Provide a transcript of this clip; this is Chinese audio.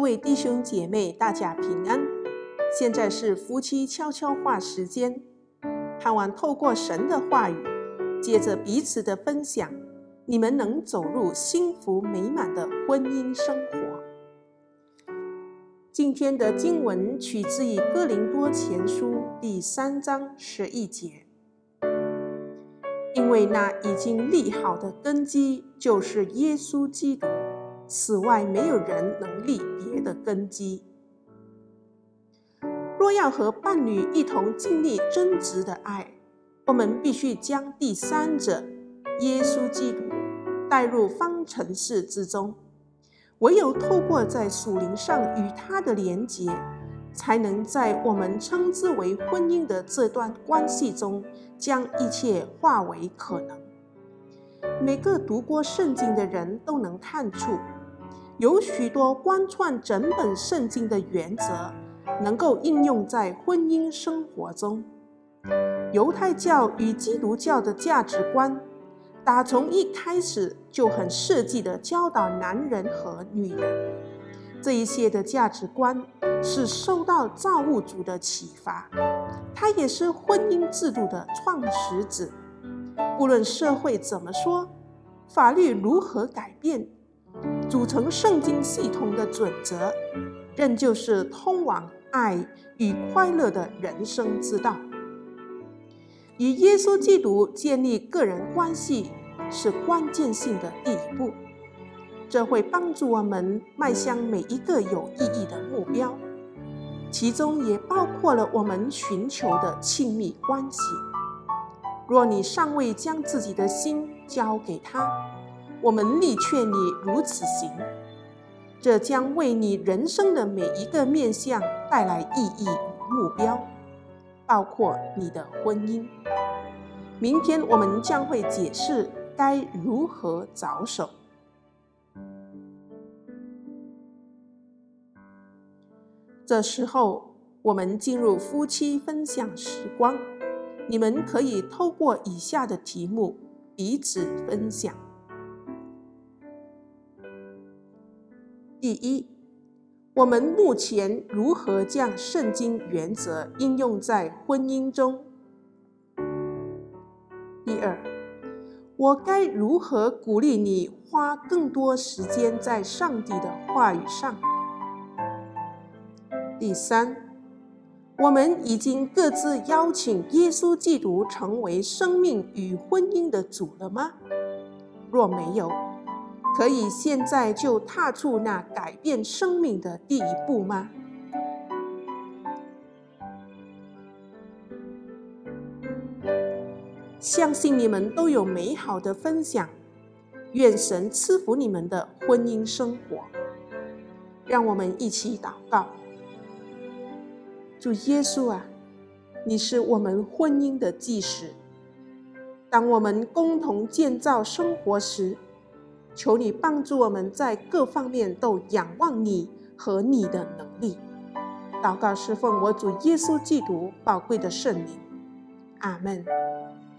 位弟兄姐妹，大家平安。现在是夫妻悄悄话时间，盼望透过神的话语，借着彼此的分享，你们能走入幸福美满的婚姻生活。今天的经文取自于哥林多前书第3章11节。因为那已经立好的根基就是耶稣基督，此外没有人能立别的根基。若要和伴侣一同经历真挚的爱，我们必须将第三者耶稣基督带入方程式之中。唯有透过在属灵上与他的连结，才能在我们称之为婚姻的这段关系中，将一切化为可能。每个读过圣经的人都能看出，有许多贯穿整本圣经的原则，能够应用在婚姻生活中。犹太教与基督教的价值观，打从一开始就很设计地教导男人和女人。这一些的价值观是受到造物主的启发，他也是婚姻制度的创始者。不论社会怎么说，法律如何改变，组成圣经系统的准则，仍旧是通往爱与快乐的人生之道。与耶稣基督建立个人关系是关键性的第一步，这会帮助我们迈向每一个有意义的目标，其中也包括了我们寻求的亲密关系。若你尚未将自己的心交给他，我们力劝你如此行，这将为你人生的每一个面向带来意义与目标，包括你的婚姻。明天我们将会解释该如何着手。这时候，我们进入夫妻分享时光，你们可以透过以下的题目彼此分享。第一，我们目前如何将圣经原则应用在婚姻中？第二，我该如何鼓励你花更多时间在上帝的话语上？第三，我们已经各自邀请耶稣基督成为生命与婚姻的主了吗？若没有，可以现在就踏出那改变生命的第一步吗？相信你们都有美好的分享，愿神赐福你们的婚姻生活。让我们一起祷告。主耶稣啊，你是我们婚姻的基石。当我们共同建造生活时，求你帮助我们在各方面都仰望你和你的能力。祷告是奉我主耶稣基督宝贵的圣名。阿们。